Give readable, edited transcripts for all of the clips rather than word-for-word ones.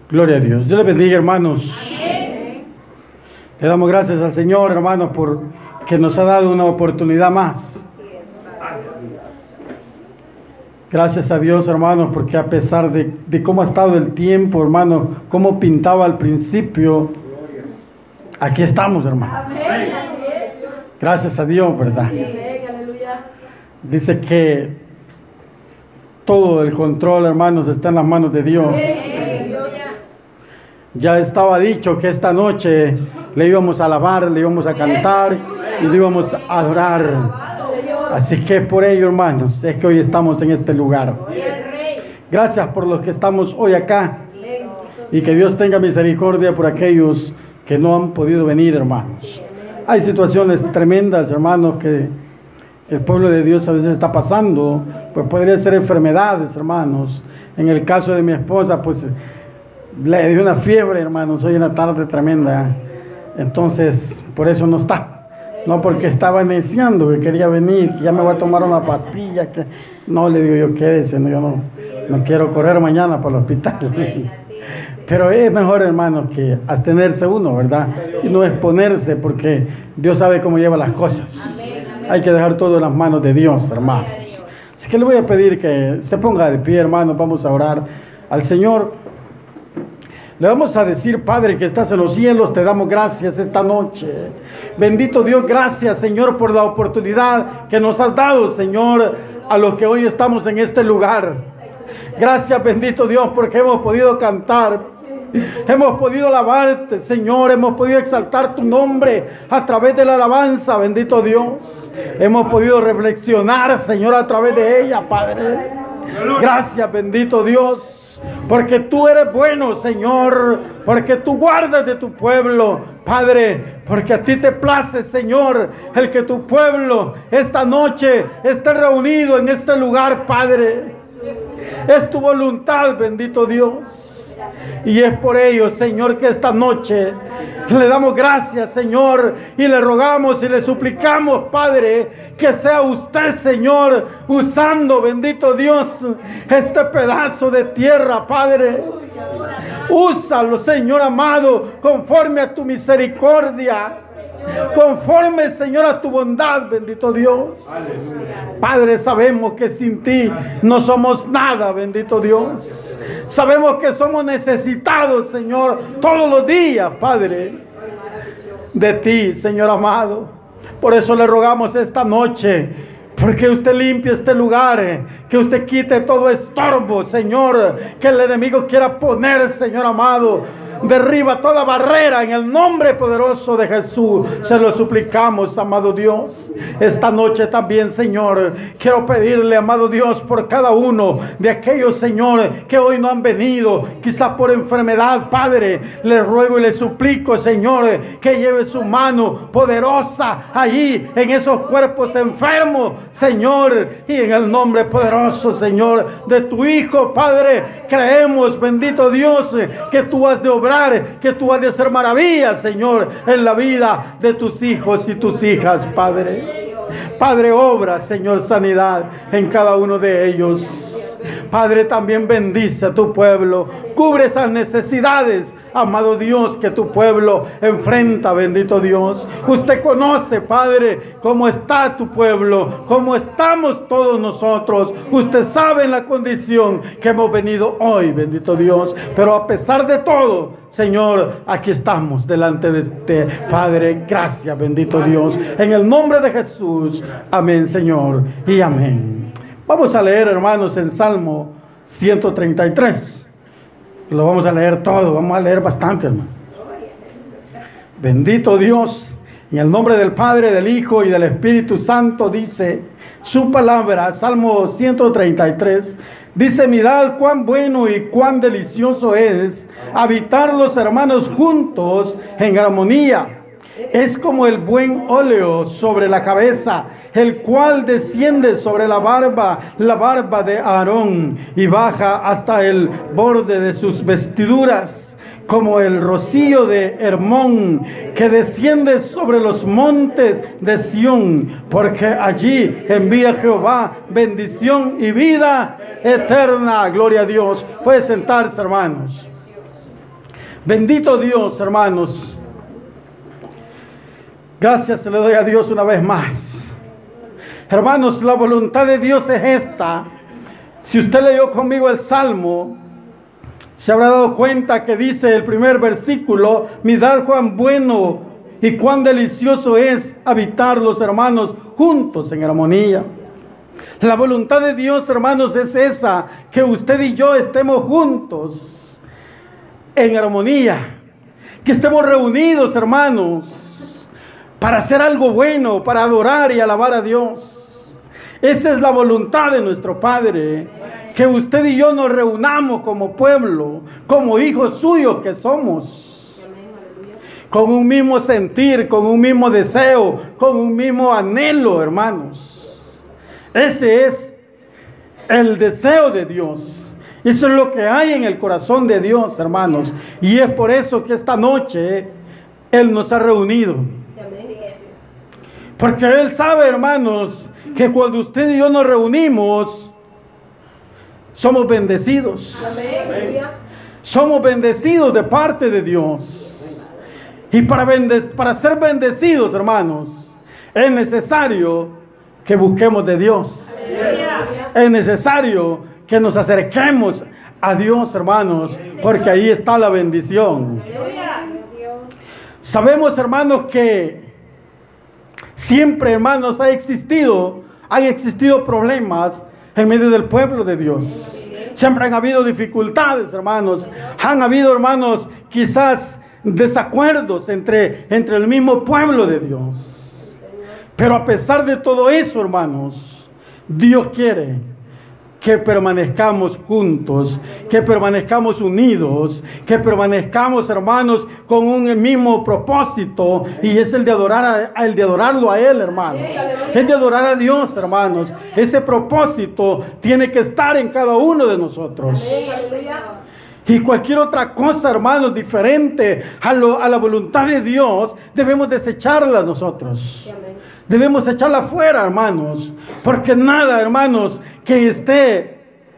Gloria a Dios. Dios les bendiga, hermanos. Amén. Le damos gracias al Señor, hermanos, por que nos ha dado una oportunidad más. Gracias a Dios, hermanos, porque a pesar de cómo ha estado el tiempo, hermanos, cómo pintaba al principio, aquí estamos, hermanos. Gracias a Dios, ¿verdad? Dice que todo el control, hermanos, está en las manos de Dios. Ya estaba dicho que esta noche le íbamos a alabar, le íbamos a cantar y le íbamos a adorar. Así que por ello, hermanos, es que hoy estamos en este lugar. Gracias por los que estamos hoy acá. Y que Dios tenga misericordia por aquellos que no han podido venir, hermanos. Hay situaciones tremendas, hermanos, que el pueblo de Dios a veces está pasando. Pues podría ser enfermedades, hermanos. En el caso de mi esposa, pues le dio una fiebre, hermanos, hoy en la tarde tremenda. Entonces, por eso no está. No porque estaba iniciando, que quería venir, que ya me voy a tomar una pastilla. Que no, le digo yo, quédese, no, yo no quiero correr mañana para el hospital. Pero es mejor, hermano, que abstenerse uno, ¿verdad? Y no exponerse, porque Dios sabe cómo lleva las cosas. Hay que dejar todo en las manos de Dios, hermanos. Así que le voy a pedir que se ponga de pie, hermanos, vamos a orar al Señor. Le vamos a decir: Padre que estás en los cielos, te damos gracias esta noche. Bendito Dios, gracias, Señor, por la oportunidad que nos has dado, Señor, a los que hoy estamos en este lugar. Gracias, bendito Dios, porque hemos podido cantar, hemos podido alabarte, Señor, hemos podido exaltar tu nombre a través de la alabanza, bendito Dios. Hemos podido reflexionar, Señor, a través de ella, Padre. Gracias, bendito Dios. Porque tú eres bueno, Señor, porque tú guardas de tu pueblo, Padre, porque a ti te place, Señor, el que tu pueblo esta noche esté reunido en este lugar, Padre. Es tu voluntad, bendito Dios. Y es por ello, Señor, que esta noche le damos gracias, Señor, y le rogamos y le suplicamos, Padre, que sea usted, Señor, usando, bendito Dios, este pedazo de tierra, Padre. Úsalo, Señor amado, conforme a tu misericordia, conforme, Señor, a tu bondad, bendito Dios. Padre, sabemos que sin ti no somos nada, bendito Dios. Sabemos que somos necesitados, Señor, todos los días, Padre, de ti, Señor amado. Por eso le rogamos esta noche, porque usted limpie este lugar, que usted quite todo estorbo, Señor, que el enemigo quiera poner, Señor amado. Derriba toda barrera en el nombre poderoso de Jesús. Se lo suplicamos, amado Dios. Esta noche también, Señor, quiero pedirle, amado Dios, por cada uno de aquellos, Señor, que hoy no han venido, quizás por enfermedad, Padre. Le ruego y le suplico, Señor, que lleve su mano poderosa allí en esos cuerpos enfermos, Señor, y en el nombre poderoso, Señor, de tu Hijo, Padre. Creemos, bendito Dios, que tú has de obrar, que tú has de hacer maravillas, Señor, en la vida de tus hijos y tus hijas, Padre. Padre, obra, Señor, sanidad en cada uno de ellos. Padre, también bendice a tu pueblo, cubre esas necesidades, amado Dios, que tu pueblo enfrenta, bendito Dios. Usted conoce, Padre, cómo está tu pueblo, cómo estamos todos nosotros. Usted sabe la condición que hemos venido hoy, bendito Dios. Pero a pesar de todo, Señor, aquí estamos delante de este Padre. Gracias, bendito Dios. En el nombre de Jesús. Amén, Señor, y amén. Vamos a leer, hermanos, en Salmo 133. Lo vamos a leer todo, vamos a leer bastante, hermano. Bendito Dios, en el nombre del Padre, del Hijo y del Espíritu Santo, dice su palabra. Salmo 133, dice: mirad cuán bueno y cuán delicioso es habitar los hermanos juntos en armonía. Es como el buen óleo sobre la cabeza, el cual desciende sobre la barba de Aarón, y baja hasta el borde de sus vestiduras, como el rocío de Hermón, que desciende sobre los montes de Sión, porque allí envía Jehová bendición y vida eterna. Gloria a Dios. Puede sentarse, hermanos. Bendito Dios, hermanos. Gracias le doy a Dios una vez más. Hermanos, la voluntad de Dios es esta. Si usted leyó conmigo el Salmo, se habrá dado cuenta que dice el primer versículo: mirad cuán bueno y cuán delicioso es habitar los hermanos juntos en armonía. La voluntad de Dios, hermanos, es esa, que usted y yo estemos juntos en armonía, que estemos reunidos, hermanos, para hacer algo bueno, para adorar y alabar a Dios. Esa es la voluntad de nuestro Padre, que usted y yo nos reunamos como pueblo, como hijos suyos que somos, con un mismo sentir, con un mismo deseo, con un mismo anhelo, hermanos. Ese es el deseo de Dios. Eso es lo que hay en el corazón de Dios, hermanos. Y es por eso que esta noche Él nos ha reunido. Porque Él sabe, hermanos, que cuando usted y yo nos reunimos, somos bendecidos. Somos bendecidos de parte de Dios. Y para ser bendecidos, hermanos, es necesario que busquemos de Dios. Es necesario que nos acerquemos a Dios, hermanos, porque ahí está la bendición. Sabemos, hermanos, que siempre, hermanos, han existido problemas en medio del pueblo de Dios. Siempre han habido dificultades, hermanos. Han habido, hermanos, quizás desacuerdos entre el mismo pueblo de Dios. Pero a pesar de todo eso, hermanos, Dios quiere que permanezcamos juntos, que permanezcamos unidos, que permanezcamos, hermanos, con un mismo propósito, y es el de adorarlo a Él, hermanos. Es de adorar a Dios, hermanos. Ese propósito tiene que estar en cada uno de nosotros. Y cualquier otra cosa, hermanos, diferente a la voluntad de Dios, debemos desecharla nosotros. Debemos echarla fuera, hermanos, porque nada, hermanos, que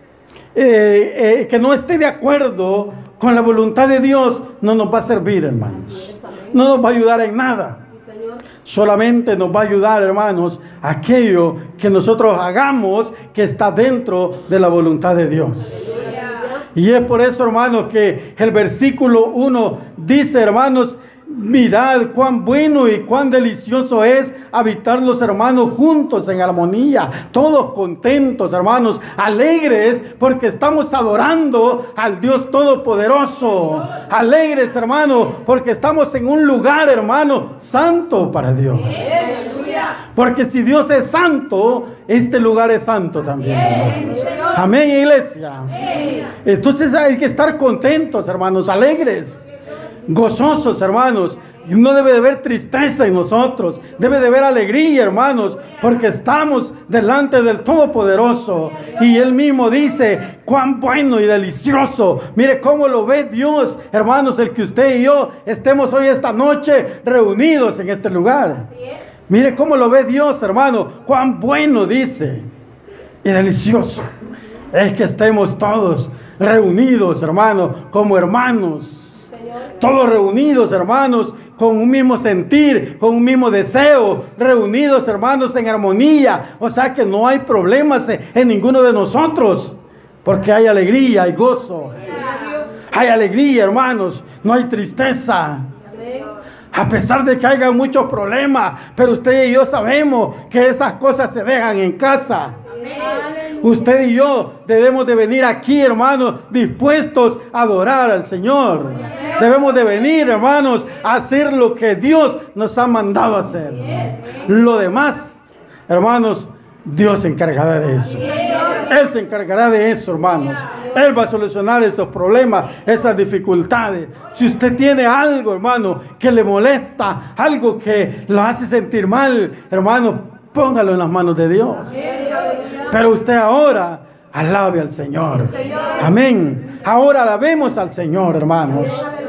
no esté de acuerdo con la voluntad de Dios no nos va a servir, hermanos. No nos va a ayudar en nada. Solamente nos va a ayudar, hermanos, aquello que nosotros hagamos que está dentro de la voluntad de Dios. Y es por eso, hermanos, que el versículo 1 dice, hermanos: mirad cuán bueno y cuán delicioso es habitar los hermanos juntos en armonía, todos contentos, hermanos, alegres, porque estamos adorando al Dios Todopoderoso. Alegres, hermanos, porque estamos en un lugar, hermano, santo para Dios. Porque si Dios es santo, este lugar es santo también, hermanos. Amén, iglesia. Entonces hay que estar contentos, hermanos, alegres, gozosos, hermanos. No debe de haber tristeza en nosotros, debe de haber alegría, hermanos, porque estamos delante del Todopoderoso. Y Él mismo dice: cuán bueno y delicioso. Mire cómo lo ve Dios, hermanos, el que usted y yo estemos hoy esta noche reunidos en este lugar. Mire cómo lo ve Dios, hermano. Cuán bueno, dice, y delicioso es que estemos todos reunidos, hermanos, como hermanos. Todos reunidos, hermanos, con un mismo sentir, con un mismo deseo, reunidos, hermanos, en armonía. O sea que no hay problemas en ninguno de nosotros, porque hay alegría, hay gozo. Hay alegría, hermanos, no hay tristeza. A pesar de que haya muchos problemas, pero usted y yo sabemos que esas cosas se dejan en casa. Usted y yo debemos de venir aquí, hermanos, dispuestos a adorar al Señor. Debemos de venir, hermanos, a hacer lo que Dios nos ha mandado hacer. Lo demás, hermanos, Dios se encargará de eso. Él se encargará de eso, hermanos. Él va a solucionar esos problemas, esas dificultades. Si usted tiene algo, hermano, que le molesta, algo que lo hace sentir mal, hermano, póngalo en las manos de Dios. Pero usted ahora alabe al Señor. Amén. Ahora alabemos al Señor, hermanos.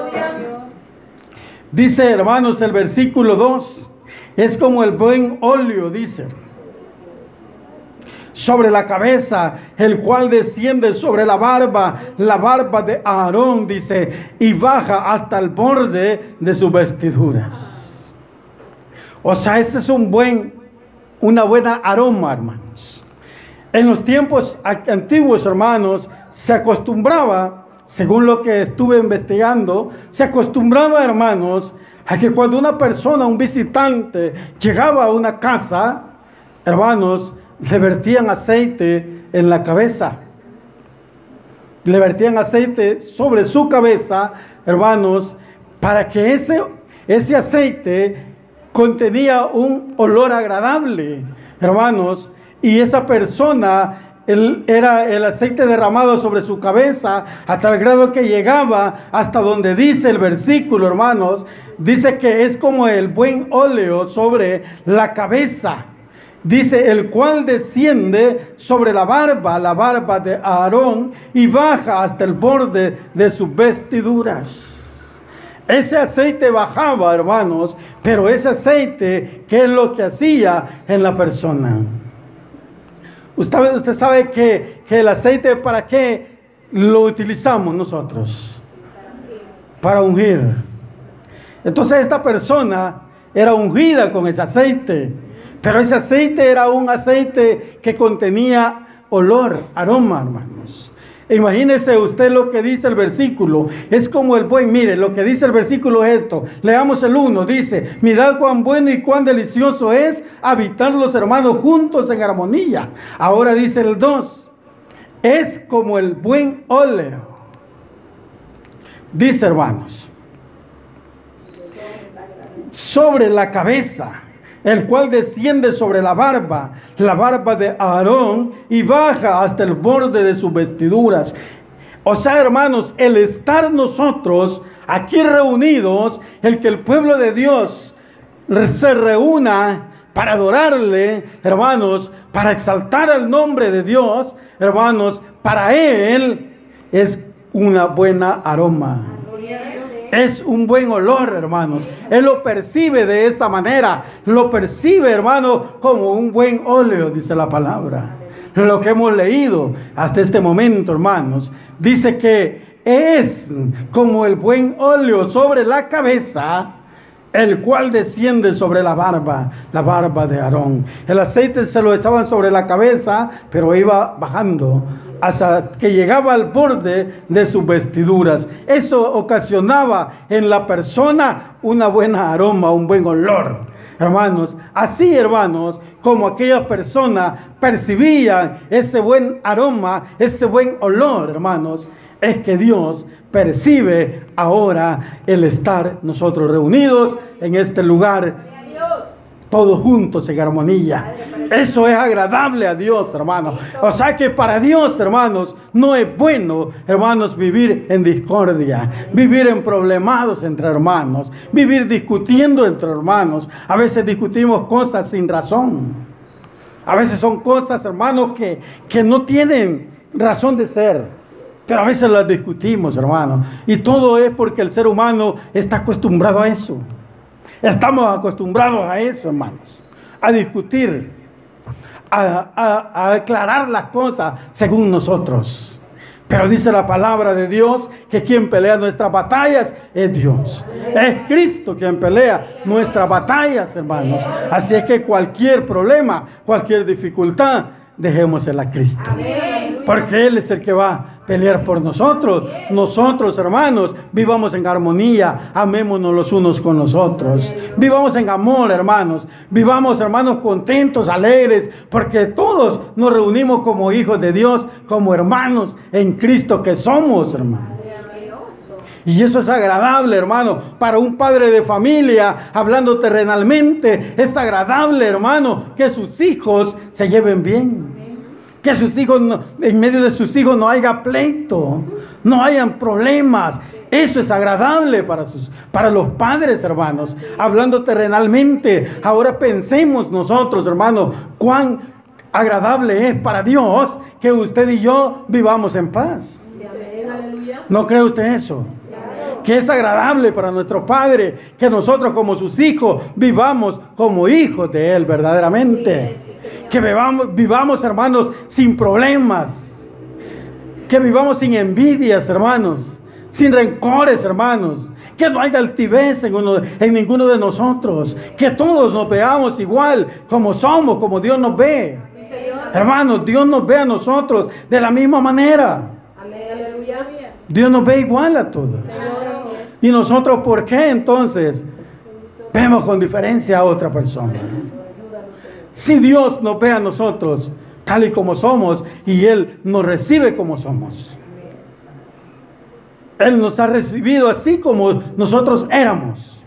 Dice, hermanos, el versículo 2: es como el buen óleo, dice, sobre la cabeza, el cual desciende sobre la barba de Aarón, dice, y baja hasta el borde de sus vestiduras. O sea, ese es una buena aroma, hermanos. En los tiempos antiguos, hermanos, se acostumbraba, según lo que estuve investigando, se acostumbraba, hermanos, a que cuando una persona, un visitante, llegaba a una casa, hermanos, le vertían aceite en la cabeza. Le vertían aceite sobre su cabeza, hermanos, para que ese aceite contenía un olor agradable, hermanos, y esa persona, era el aceite derramado sobre su cabeza a tal grado que llegaba hasta donde dice el versículo, hermanos, dice que es como el buen óleo sobre la cabeza. Dice, el cual desciende sobre la barba de Aarón, y baja hasta el borde de sus vestiduras. Ese aceite bajaba, hermanos, pero ese aceite, ¿qué es lo que hacía en la persona? Usted sabe que el aceite, ¿para qué lo utilizamos nosotros? Para ungir. Entonces esta persona era ungida con ese aceite, pero ese aceite era un aceite que contenía olor, aroma, hermanos. Imagínese usted lo que dice el versículo. Es como mire, lo que dice el versículo es esto. Leamos el 1, dice, mirad cuán bueno y cuán delicioso es habitar los hermanos juntos en armonía. Ahora dice el 2, es como el buen óleo. Dice, hermanos, sobre la cabeza, el cual desciende sobre la barba de Aarón, y baja hasta el borde de sus vestiduras. O sea, hermanos, el estar nosotros aquí reunidos, el que el pueblo de Dios se reúna para adorarle, hermanos, para exaltar el nombre de Dios, hermanos, para Él es una buena aroma. Es un buen olor, hermanos. Él lo percibe de esa manera. Lo percibe, hermano, como un buen óleo, dice la palabra. Lo que hemos leído hasta este momento, hermanos, dice que es como el buen óleo sobre la cabeza, el cual desciende sobre la barba de Aarón. El aceite se lo echaban sobre la cabeza, pero iba bajando hasta que llegaba al borde de sus vestiduras. Eso ocasionaba en la persona una buena aroma, un buen olor. Hermanos, así, hermanos, como aquella persona percibía ese buen aroma, ese buen olor, hermanos, es que Dios percibe ahora el estar nosotros reunidos en este lugar, todos juntos en armonía. Eso es agradable a Dios, hermanos. O sea que para Dios, hermanos, no es bueno, hermanos, vivir en discordia, vivir en problemados entre hermanos, vivir discutiendo entre hermanos. A veces discutimos cosas sin razón. A veces son cosas, hermanos, que no tienen razón de ser. Pero a veces las discutimos, hermanos. Y todo es porque el ser humano está acostumbrado a eso. Estamos acostumbrados a eso, hermanos. A discutir, a aclarar las cosas según nosotros. Pero dice la palabra de Dios que quien pelea nuestras batallas es Dios. Es Cristo quien pelea nuestras batallas, hermanos. Así es que cualquier problema, cualquier dificultad, dejémosela a Cristo. Porque Él es el que va a pelear por nosotros. Nosotros, hermanos, vivamos en armonía, amémonos los unos con los otros. Vivamos en amor, hermanos. Vivamos, hermanos, contentos, alegres, porque todos nos reunimos como hijos de Dios, como hermanos en Cristo que somos, hermanos. Y eso es agradable, hermano, para un padre de familia, hablando terrenalmente. Es agradable, hermano, que sus hijos se lleven bien. Que sus hijos, en medio de sus hijos no haya pleito, no hayan problemas. Eso es agradable para los padres, hermanos. Hablando terrenalmente, ahora pensemos nosotros, hermanos, cuán agradable es para Dios que usted y yo vivamos en paz. ¿No cree usted eso? Que es agradable para nuestro Padre que nosotros como sus hijos vivamos como hijos de Él verdaderamente. Que vivamos, hermanos, sin problemas. Que vivamos sin envidias, hermanos. Sin rencores, hermanos. Que no haya altivez en ninguno de nosotros. Que todos nos veamos igual, como somos, como Dios nos ve. Hermanos, Dios nos ve a nosotros de la misma manera. Dios nos ve igual a todos. Y nosotros, ¿por qué entonces vemos con diferencia a otra persona? Si Dios nos ve a nosotros tal y como somos y Él nos recibe como somos. Él nos ha recibido así como nosotros éramos.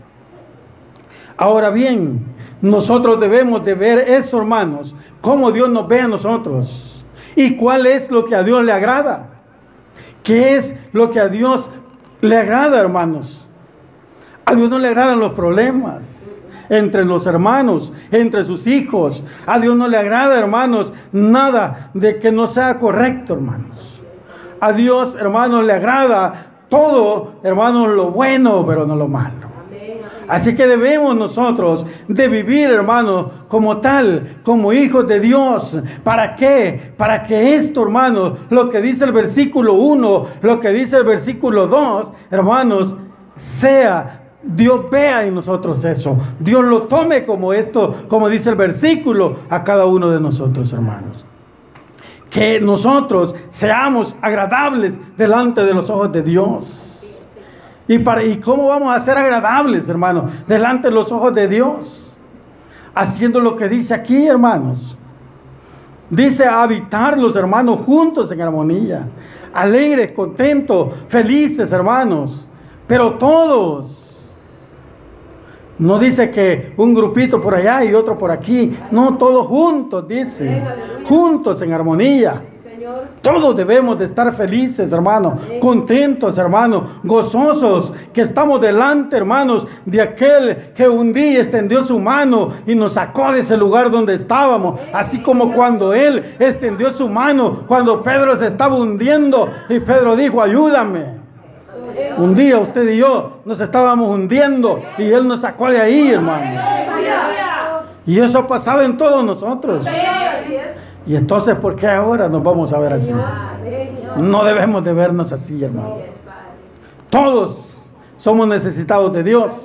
Ahora bien, nosotros debemos de ver eso, hermanos, cómo Dios nos ve a nosotros y cuál es lo que a Dios le agrada. ¿Qué es lo que a Dios le agrada, hermanos? A Dios no le agradan los problemas entre los hermanos, entre sus hijos. A Dios no le agrada, hermanos, nada de que no sea correcto, hermanos. A Dios, hermanos, le agrada todo, hermanos, lo bueno, pero no lo malo. Así que debemos nosotros de vivir, hermanos, como tal, como hijos de Dios. ¿Para qué? Para que esto, hermanos, lo que dice el versículo 1, lo que dice el versículo 2, hermanos, sea, Dios vea en nosotros eso. Dios lo tome como esto, como dice el versículo, a cada uno de nosotros, hermanos. Que nosotros seamos agradables delante de los ojos de Dios. ¿Y cómo vamos a ser agradables, hermanos, delante de los ojos de Dios? Haciendo lo que dice aquí, hermanos. Dice habitar los hermanos juntos en armonía. Alegres, contentos, felices, hermanos. Pero todos. No dice que un grupito por allá y otro por aquí. No, todos juntos, dice. Juntos en armonía. Todos debemos de estar felices, hermanos, contentos, hermanos, gozosos, que estamos delante, hermanos, de aquel que un día extendió su mano y nos sacó de ese lugar donde estábamos, así como cuando Él extendió su mano, cuando Pedro se estaba hundiendo y Pedro dijo, ayúdame. Un día usted y yo nos estábamos hundiendo y Él nos sacó de ahí, hermanos. Y eso ha pasado en todos nosotros. Y entonces, ¿por qué ahora nos vamos a ver así? No debemos de vernos así, hermano. Todos somos necesitados de Dios.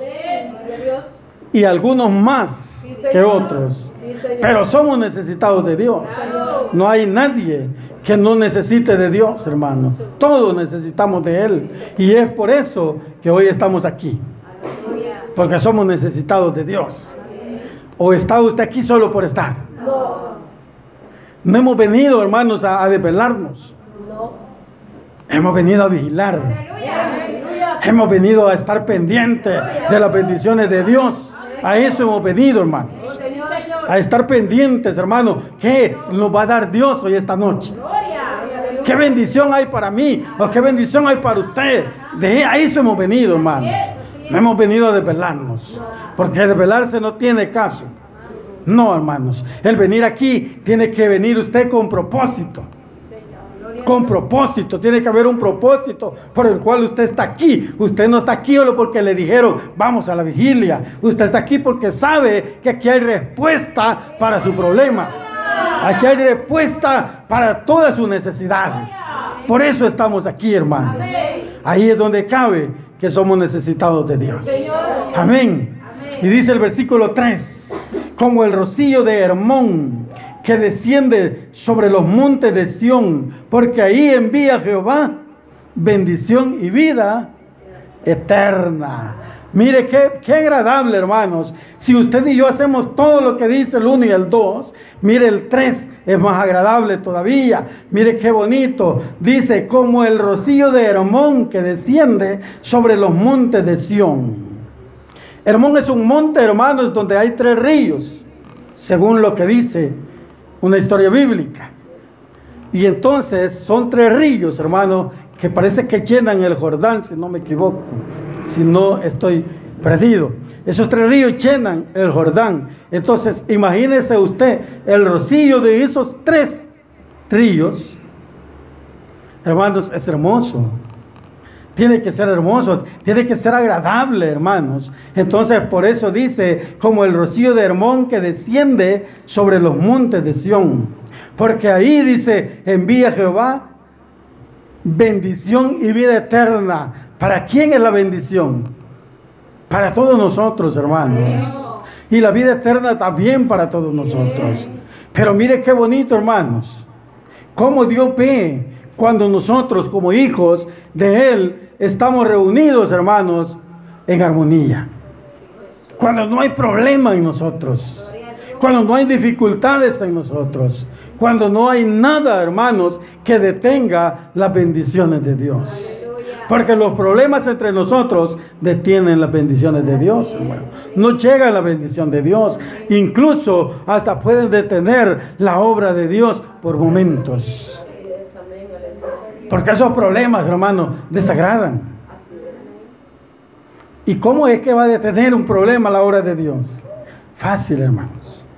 Y algunos más que otros. Pero somos necesitados de Dios. No hay nadie que no necesite de Dios, hermano. Todos necesitamos de Él. Y es por eso que hoy estamos aquí. Porque somos necesitados de Dios. ¿O está usted aquí solo por estar? No hemos venido, hermanos, a desvelarnos. Hemos venido a vigilar. Hemos venido a estar pendientes de las bendiciones de Dios. A eso hemos venido, hermanos. A estar pendientes, hermanos. ¿Qué nos va a dar Dios hoy esta noche? ¿Qué bendición hay para mí? ¿O qué bendición hay para usted? A eso hemos venido, hermanos. No hemos venido a desvelarnos. Porque desvelarse no tiene caso. No, hermanos, el venir aquí tiene que venir usted con propósito. Con propósito, tiene que haber un propósito por el cual usted está aquí. Usted no está aquí solo porque le dijeron vamos a la vigilia. Usted está aquí porque sabe que aquí hay respuesta para su problema. Aquí hay respuesta para todas sus necesidades. Por eso estamos aquí, hermanos. Ahí es donde cabe que somos necesitados de Dios. Amén. Y dice el versículo 3. Como el rocío de Hermón que desciende sobre los montes de Sión, porque ahí envía Jehová bendición y vida eterna. Mire qué agradable, hermanos. Si usted y yo hacemos todo lo que dice el 1 y el 2, mire el 3 es más agradable todavía. Mire qué bonito. Dice, como el rocío de Hermón que desciende sobre los montes de Sión. Hermón es un monte, hermanos, donde hay 3 ríos, según lo que dice una historia bíblica. Y entonces son 3 ríos, hermanos, que parece que llenan el Jordán, si no me equivoco, si no estoy perdido. Esos 3 ríos llenan el Jordán. Entonces, imagínese usted el rocío de esos 3 ríos, hermanos, es hermoso. tiene que ser hermoso, tiene que ser agradable, hermanos. Entonces, por eso dice, como el rocío de Hermón que desciende sobre los montes de Sión. Porque ahí dice, envía Jehová bendición y vida eterna. ¿Para quién es la bendición? Para todos nosotros, hermanos. Y la vida eterna también para todos nosotros. Pero mire qué bonito, hermanos. Cómo Dios ve cuando nosotros como hijos de Él estamos reunidos, hermanos, en armonía. Cuando no hay problema en nosotros. Cuando no hay dificultades en nosotros. Cuando no hay nada, hermanos, que detenga las bendiciones de Dios. Porque los problemas entre nosotros detienen las bendiciones de Dios, hermano. No llega la bendición de Dios. Incluso hasta pueden detener la obra de Dios por momentos. Porque esos problemas, hermano, desagradan. ¿Y cómo es que va a detener un problema la obra de Dios? Fácil, hermanos.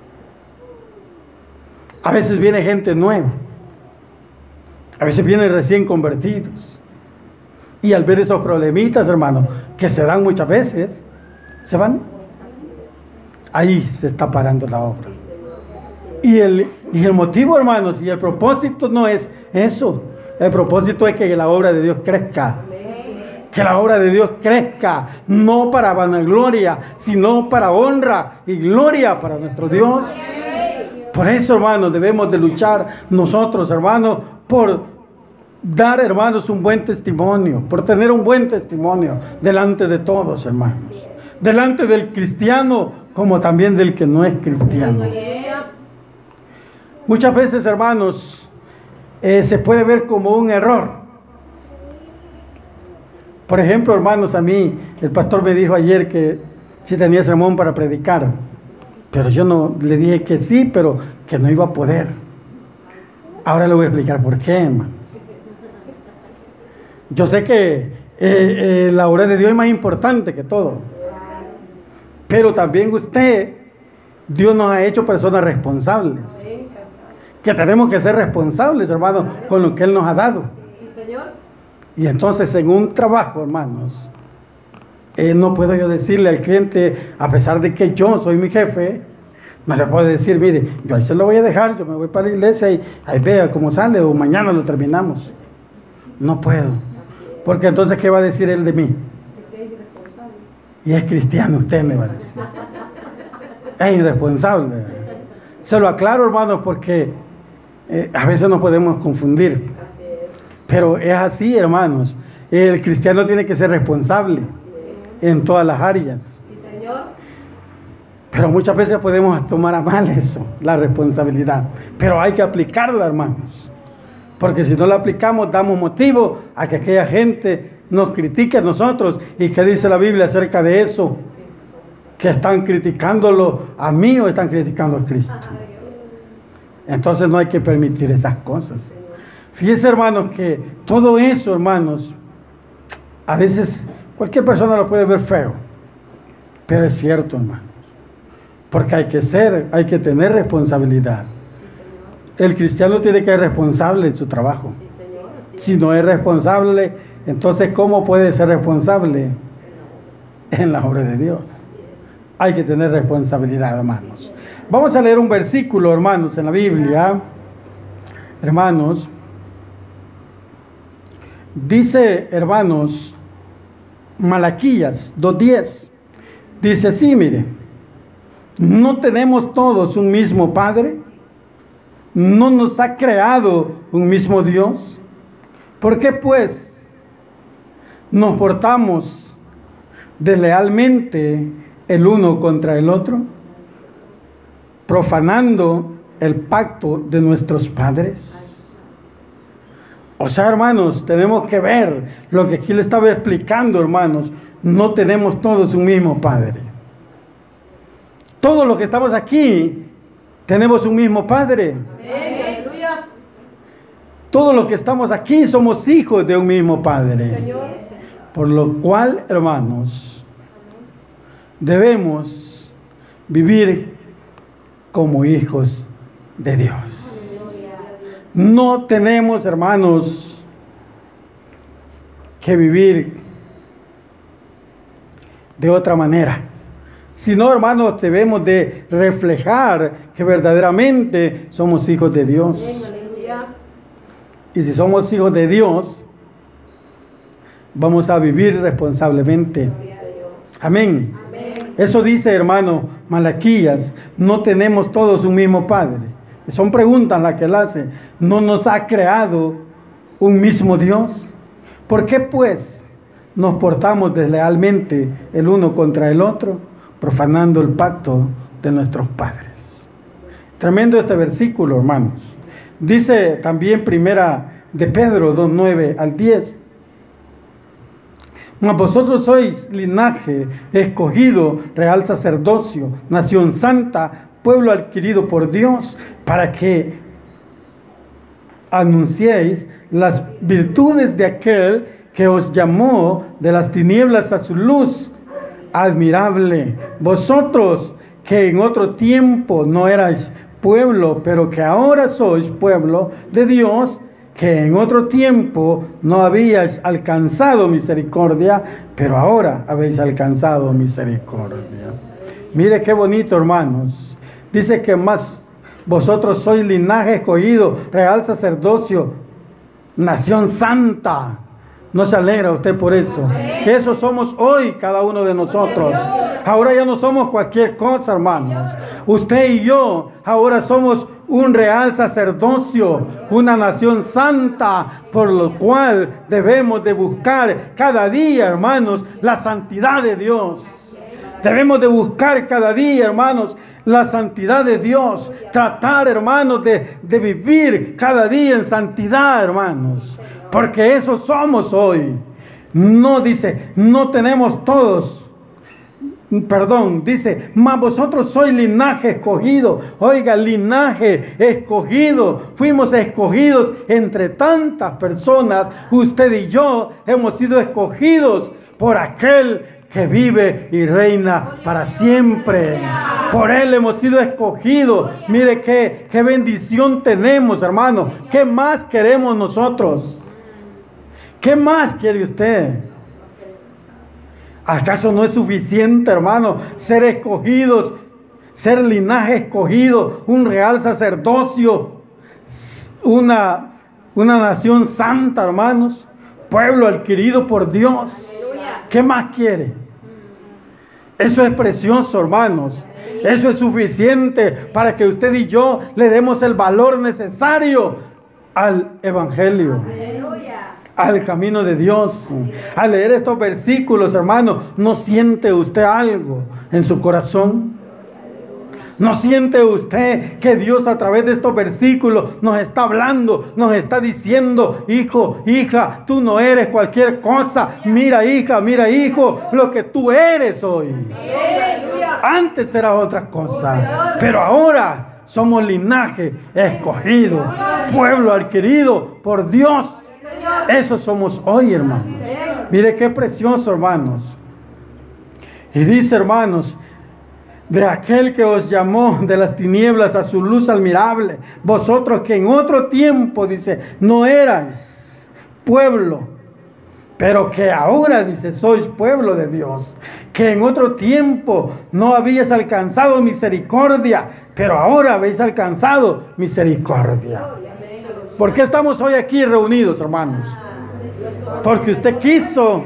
A veces viene gente nueva. A veces vienen recién convertidos. Y al ver esos problemitas, hermano, que se dan muchas veces, se van. Ahí se está parando la obra. Y el motivo, hermanos, y el propósito no es eso. El propósito es que la obra de Dios crezca. Que la obra de Dios crezca, no para vanagloria, sino para honra y gloria para nuestro Dios. Por eso, hermanos, debemos de luchar nosotros, hermanos, por dar, hermanos, un buen testimonio, por tener un buen testimonio delante de todos, hermanos. Delante del cristiano como también del que no es cristiano. Muchas veces, hermanos, se puede ver como un error. Por ejemplo, hermanos, a mí el pastor me dijo ayer que si tenía sermón para predicar, pero yo no le dije que sí, pero que no iba a poder. Ahora le voy a explicar por qué, hermanos. Yo sé que la obra de Dios es más importante que todo, pero también Dios nos ha hecho personas responsables, que tenemos que ser responsables, hermanos, con lo que Él nos ha dado. Y entonces en un trabajo, hermanos, no puedo yo decirle al cliente, a pesar de que yo soy mi jefe, no le puedo decir, mire, yo ahí se lo voy a dejar, yo me voy para la iglesia y ahí vea cómo sale o mañana lo terminamos. No puedo, porque entonces ¿qué va a decir él de mí? Y es cristiano, usted me va a decir. Es irresponsable. Se lo aclaro, hermanos, porque a veces nos podemos confundir. Pero es así, hermanos. El cristiano tiene que ser responsable en todas las áreas. Pero muchas veces podemos tomar a mal eso, la responsabilidad. Pero hay que aplicarla, hermanos. Porque si no la aplicamos, damos motivo a que aquella gente nos critique a nosotros. ¿Y qué dice la Biblia acerca de eso? Que están criticándolo a mí o están criticando a Cristo. Entonces no hay que permitir esas cosas. Fíjense, hermanos, que todo eso, hermanos, a veces cualquier persona lo puede ver feo, pero es cierto, hermanos, porque hay que tener responsabilidad. El cristiano tiene que ser responsable en su trabajo. Si no es responsable, entonces ¿cómo puede ser responsable en la obra de Dios? Hay que tener responsabilidad, hermanos. Vamos a leer un versículo, hermanos, en la Biblia. Hermanos, dice, hermanos, Malaquías 2:10. Dice así, mire, ¿no tenemos todos un mismo Padre? ¿No nos ha creado un mismo Dios? ¿Por qué pues nos portamos deslealmente el uno contra el otro, profanando el pacto de nuestros padres? O sea, hermanos, tenemos que ver lo que aquí le estaba explicando, hermanos. No tenemos todos un mismo Padre. Todos los que estamos aquí tenemos un mismo Padre. ¡Aleluya! Todos los que estamos aquí somos hijos de un mismo Padre. Por lo cual, hermanos, debemos vivir como hijos de Dios. No tenemos, hermanos, que vivir de otra manera. Si no, hermanos, debemos de reflejar que verdaderamente somos hijos de Dios. Y si somos hijos de Dios, vamos a vivir responsablemente. Amén. Eso dice, hermano Malaquías, no tenemos todos un mismo Padre. Son preguntas las que él hace. ¿No nos ha creado un mismo Dios? ¿Por qué pues nos portamos deslealmente el uno contra el otro, profanando el pacto de nuestros padres? Tremendo este versículo, hermanos. Dice también primera de Pedro 2:9 al 10. Mas vosotros sois linaje escogido, real sacerdocio, nación santa, pueblo adquirido por Dios, para que anunciéis las virtudes de aquel que os llamó de las tinieblas a su luz admirable. Vosotros que en otro tiempo no erais pueblo, pero que ahora sois pueblo de Dios, que en otro tiempo no habíais alcanzado misericordia, pero ahora habéis alcanzado misericordia. Mire qué bonito, hermanos. Dice que más vosotros sois linaje escogido, real sacerdocio, nación santa. ¿No se alegra usted por eso? Eso somos hoy cada uno de nosotros. Ahora ya no somos cualquier cosa, hermanos. Usted y yo ahora somos un real sacerdocio, una nación santa, por lo cual debemos de buscar cada día, hermanos, la santidad de Dios. Debemos de buscar cada día, hermanos, la santidad de Dios. Tratar, hermanos, de vivir cada día en santidad, hermanos. Porque eso somos hoy. No dice, no tenemos todos. Perdón, dice, mas vosotros sois linaje escogido. Oiga, linaje escogido. Fuimos escogidos entre tantas personas. Usted y yo hemos sido escogidos por aquel que vive y reina para siempre. Por Él hemos sido escogidos. Mire qué bendición tenemos, hermano. ¿Qué más queremos nosotros? ¿Qué más quiere usted? ¿Acaso no es suficiente, hermano, ser escogidos, ser linaje escogido, un real sacerdocio, una nación santa, hermanos, pueblo adquirido por Dios? ¿Qué más quiere? Eso es precioso, hermanos. Eso es suficiente para que usted y yo le demos el valor necesario al Evangelio, al camino de Dios. Al leer estos versículos, hermano, ¿no siente usted algo en su corazón? ¿No siente usted que Dios a través de estos versículos nos está hablando, nos está diciendo, hijo, hija, tú no eres cualquier cosa? Mira, hija, mira, hijo, lo que tú eres hoy. Antes era otra cosa, pero ahora somos linaje escogido, pueblo adquirido por Dios. Eso somos hoy, hermanos. Mire qué precioso, hermanos. Y dice, hermanos, de aquel que os llamó de las tinieblas a su luz admirable, vosotros que en otro tiempo, dice, no erais pueblo, pero que ahora, dice, sois pueblo de Dios, que en otro tiempo no habíais alcanzado misericordia, pero ahora habéis alcanzado misericordia. ¿Por qué estamos hoy aquí reunidos, hermanos? ¿Porque usted quiso?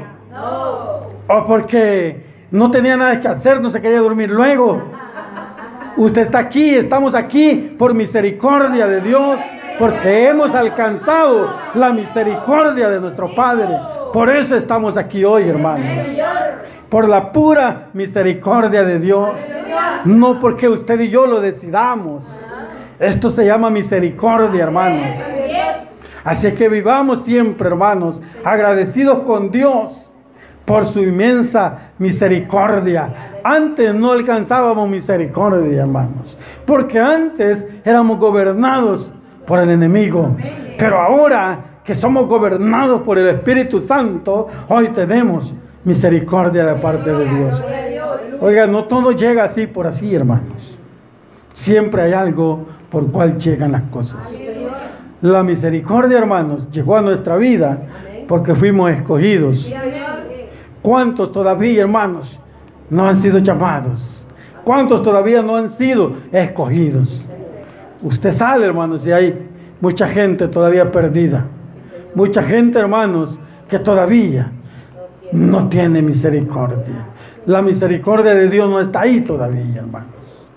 ¿O porque no tenía nada que hacer, no se quería dormir luego? Usted está aquí, estamos aquí por misericordia de Dios, porque hemos alcanzado la misericordia de nuestro Padre. Por eso estamos aquí hoy, hermanos. Por la pura misericordia de Dios. No porque usted y yo lo decidamos. Esto se llama misericordia, hermanos. Así que vivamos siempre, hermanos, agradecidos con Dios por su inmensa misericordia. Antes no alcanzábamos misericordia, hermanos, porque antes éramos gobernados por el enemigo. Pero ahora que somos gobernados por el Espíritu Santo, hoy tenemos misericordia de parte de Dios. Oiga, no todo llega así por así, hermanos. Siempre hay algo por cual llegan las cosas. La misericordia, hermanos, llegó a nuestra vida porque fuimos escogidos. ¿Cuántos todavía, hermanos, no han sido llamados? ¿Cuántos todavía no han sido escogidos? Usted sabe, hermanos, y hay mucha gente todavía perdida. Mucha gente, hermanos, que todavía no tiene misericordia. La misericordia de Dios no está ahí todavía, hermanos.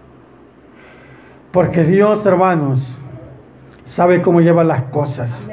Porque Dios, hermanos, sabe cómo lleva las cosas.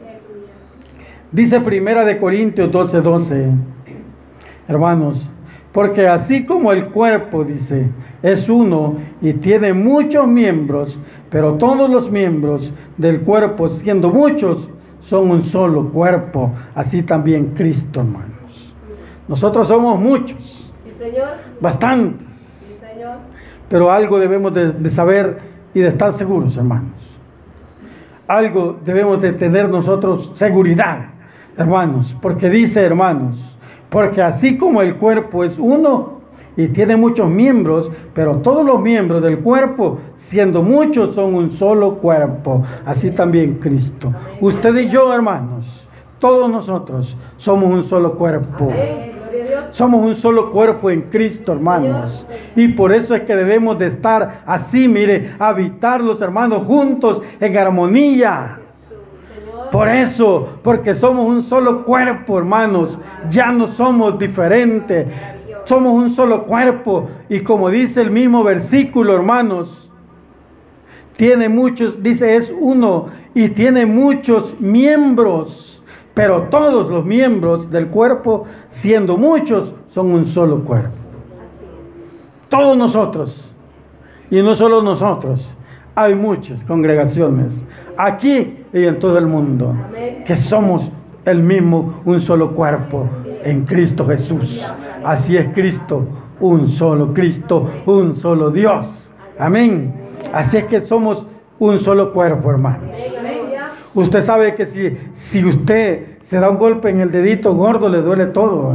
Dice 1 Corintios 12:12, hermanos, porque así como el cuerpo, dice, es uno y tiene muchos miembros, pero todos los miembros del cuerpo, siendo muchos, son un solo cuerpo. Así también Cristo, hermanos. Nosotros somos muchos, bastantes, pero algo debemos de saber y de estar seguros, hermanos. Algo debemos de tener nosotros seguridad, hermanos, porque dice, hermanos, porque así como el cuerpo es uno y tiene muchos miembros, pero todos los miembros del cuerpo, siendo muchos, son un solo cuerpo. Así también Cristo. Usted y yo, hermanos, todos nosotros somos un solo cuerpo. Somos un solo cuerpo en Cristo, hermanos. Y por eso es que debemos de estar así, mire, habitar los hermanos juntos en armonía. Por eso, porque somos un solo cuerpo, hermanos. Ya no somos diferentes. Somos un solo cuerpo. Y como dice el mismo versículo, hermanos, tiene muchos, dice, es uno y tiene muchos miembros. Pero todos los miembros del cuerpo, siendo muchos, son un solo cuerpo. Todos nosotros. Y no solo nosotros. Hay muchas congregaciones aquí y en todo el mundo que somos el mismo, un solo cuerpo en Cristo Jesús. Así es Cristo, un solo Cristo, un solo Dios. Amén. Así es que somos un solo cuerpo, hermanos. Usted sabe que si usted se da un golpe en el dedito gordo, le duele todo.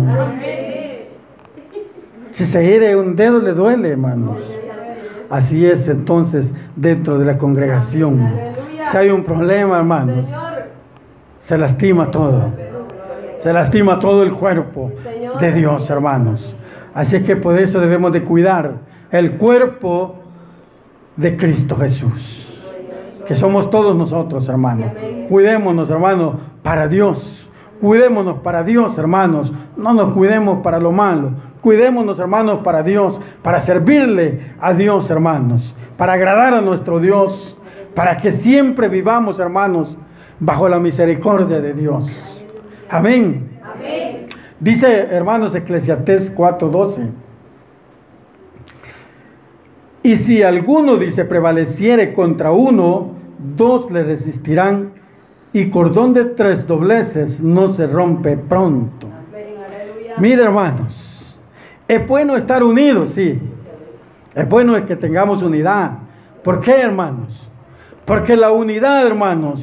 Si se hiere un dedo, le duele, hermanos. Así es entonces dentro de la congregación. Si hay un problema, hermanos, se lastima todo. Se lastima todo el cuerpo de Dios, hermanos. Así es que por eso debemos de cuidar el cuerpo de Cristo Jesús, que somos todos nosotros, hermanos. Cuidémonos, hermanos, para Dios. Cuidémonos para Dios, hermanos. No nos cuidemos para lo malo. Cuidémonos, hermanos, para Dios, para servirle a Dios, hermanos, para agradar a nuestro Dios, para que siempre vivamos, hermanos, bajo la misericordia de Dios. Amén. Amén. Dice, hermanos, Eclesiastés 4:12. Y si alguno, dice, prevaleciere contra uno, dos le resistirán, y cordón de 3 dobleces no se rompe pronto. Mire, hermanos, es bueno estar unidos, sí. Es bueno que tengamos unidad. ¿Por qué, hermanos? Porque la unidad, hermanos,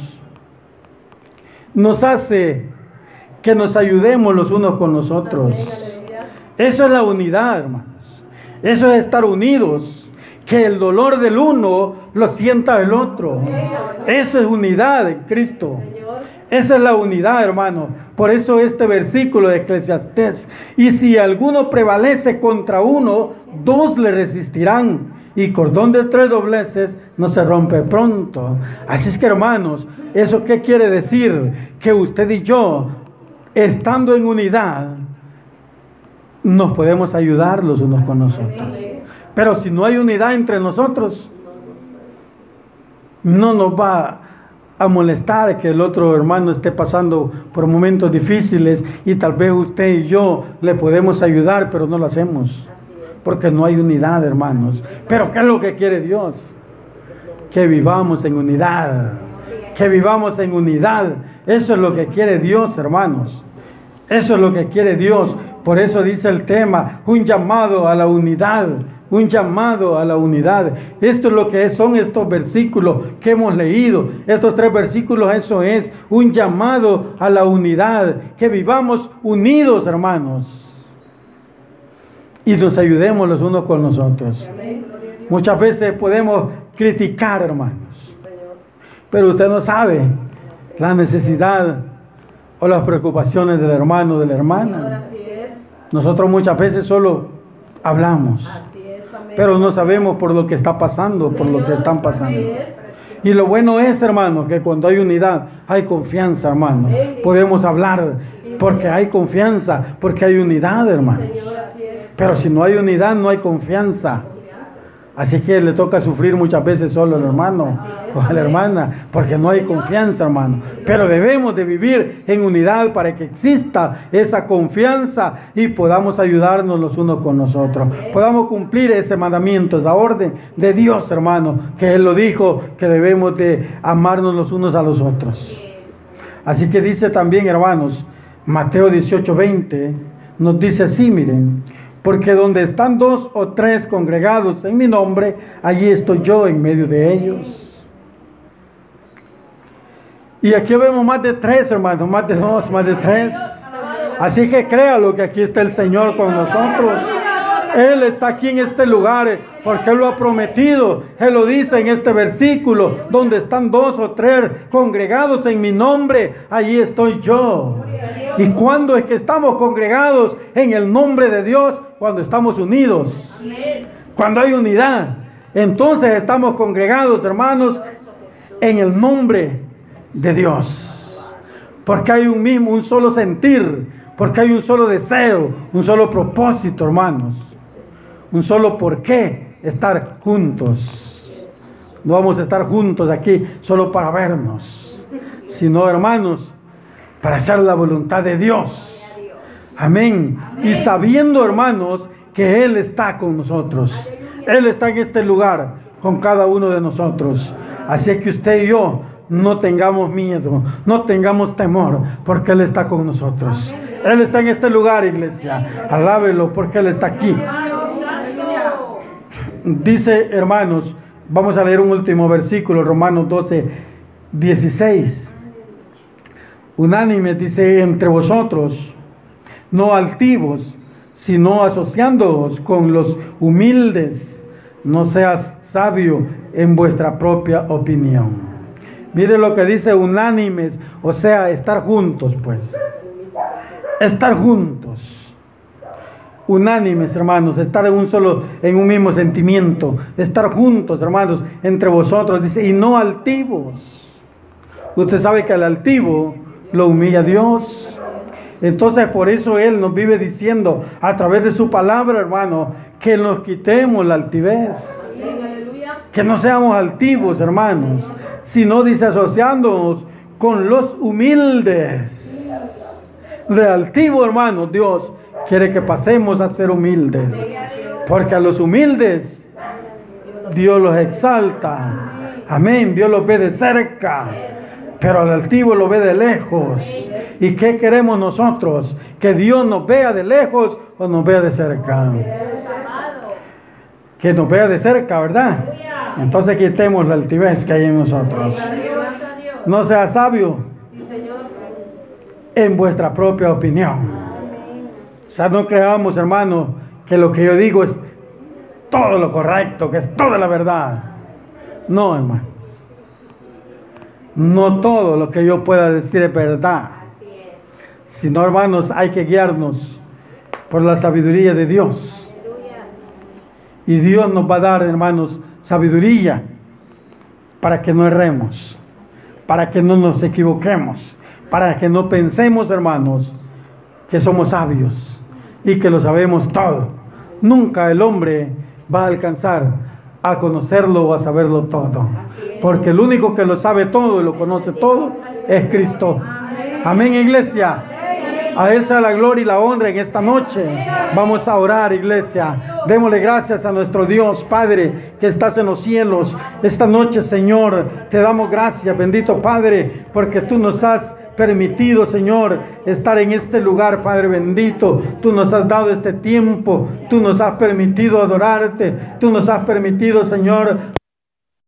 nos hace que nos ayudemos los unos con los otros. Eso es la unidad, hermanos. Eso es estar unidos. Que el dolor del uno lo sienta el otro. Eso es unidad en Cristo. Esa es la unidad, hermano. Por eso este versículo de Eclesiastés. Y si alguno prevalece contra uno, dos le resistirán. Y cordón de 3 dobleces no se rompe pronto. Así es que, hermanos, ¿eso qué quiere decir? Que usted y yo, estando en unidad, nos podemos ayudar los unos con nosotros. Pero si no hay unidad entre nosotros, no nos va a molestar que el otro hermano esté pasando por momentos difíciles y tal vez usted y yo le podemos ayudar, pero no lo hacemos. Porque no hay unidad, hermanos. Pero ¿qué es lo que quiere Dios? Que vivamos en unidad. Que vivamos en unidad. Eso es lo que quiere Dios, hermanos. Eso es lo que quiere Dios. Por eso dice el tema, un llamado a la unidad. Un llamado a la unidad. Esto es lo que son estos versículos que hemos leído. Estos 3 versículos, eso es un llamado a la unidad. Que vivamos unidos, hermanos. Y nos ayudemos los unos con los otros. Muchas veces podemos criticar, hermanos. Pero usted no sabe la necesidad o las preocupaciones del hermano o de la hermana. Nosotros muchas veces solo hablamos, pero no sabemos por lo que está pasando, por lo que están pasando. Y lo bueno es, hermano, que cuando hay unidad, hay confianza, hermano. Podemos hablar porque hay confianza, porque hay unidad, hermano. Pero si no hay unidad, no hay confianza. Así que le toca sufrir muchas veces solo al hermano o a la hermana, porque no hay confianza, hermano. Pero debemos de vivir en unidad para que exista esa confianza y podamos ayudarnos los unos con los otros. Podamos cumplir ese mandamiento, esa orden de Dios, hermano, que Él lo dijo, que debemos de amarnos los unos a los otros. Así que dice también, hermanos, Mateo 18:20, nos dice así, miren: porque donde están 2 o 3 congregados en mi nombre, allí estoy yo en medio de ellos. Y aquí vemos más de 3, hermanos, más de 2, más de 3. Así que créalo que aquí está el Señor con nosotros. Él está aquí en este lugar porque Él lo ha prometido. Él lo dice en este versículo: donde están 2 o 3 congregados en mi nombre, allí estoy yo. ¿Y cuándo es que estamos congregados en el nombre de Dios? Cuando estamos unidos, cuando hay unidad. Entonces estamos congregados, hermanos, en el nombre de Dios, porque hay un solo sentir, porque hay un solo deseo, un solo propósito, hermanos, un solo por qué estar juntos. No vamos a estar juntos aquí solo para vernos, sino, hermanos, para hacer la voluntad de Dios. Amén. Y sabiendo, hermanos, que Él está con nosotros. Él está en este lugar con cada uno de nosotros. Así es que usted y yo no tengamos miedo, no tengamos temor, porque Él está con nosotros. Él está en este lugar, iglesia. Alábelo porque Él está aquí. Dice, hermanos, vamos a leer un último versículo, Romanos 12:16. Unánimes, dice, entre vosotros, no altivos, sino asociándoos con los humildes. No seas sabio en vuestra propia opinión. Mire lo que dice unánimes, o sea, estar juntos, pues. Estar juntos. Unánimes, hermanos, estar en un mismo sentimiento. Estar juntos, hermanos, entre vosotros, dice, y no altivos. Usted sabe que al altivo lo humilla Dios. Entonces por eso Él nos vive diciendo a través de su palabra, hermano, que nos quitemos la altivez. Que no seamos altivos, hermanos, sino, dice, asociándonos con los humildes. De altivo, hermanos, Dios quiere que pasemos a ser humildes, porque a los humildes Dios los exalta. Amén. Dios los ve de cerca, pero al altivo lo ve de lejos. ¿Y qué queremos nosotros? ¿Que Dios nos vea de lejos o nos vea de cerca? Que nos vea de cerca, ¿verdad? Entonces quitemos la altivez que hay en nosotros. No sea sabio en vuestra propia opinión. O sea, no creamos, hermano, que lo que yo digo es todo lo correcto, que es toda la verdad. No, hermanos. No todo lo que yo pueda decir es verdad. Sino, hermanos, hay que guiarnos por la sabiduría de Dios. Y Dios nos va a dar, hermanos, sabiduría para que no erremos, para que no nos equivoquemos, para que no pensemos, hermanos, que somos sabios y que lo sabemos todo. Nunca el hombre va a alcanzar a conocerlo o a saberlo todo, porque el único que lo sabe todo y lo conoce todo es Cristo. Amén, iglesia. A Él sea la gloria y la honra en esta noche. Vamos a orar, iglesia. Démosle gracias a nuestro Dios, Padre, que estás en los cielos. Esta noche, Señor, te damos gracias, bendito Padre, porque tú nos has permitido, Señor, estar en este lugar, Padre bendito. Tú nos has dado este tiempo. Tú nos has permitido adorarte. Tú nos has permitido, Señor,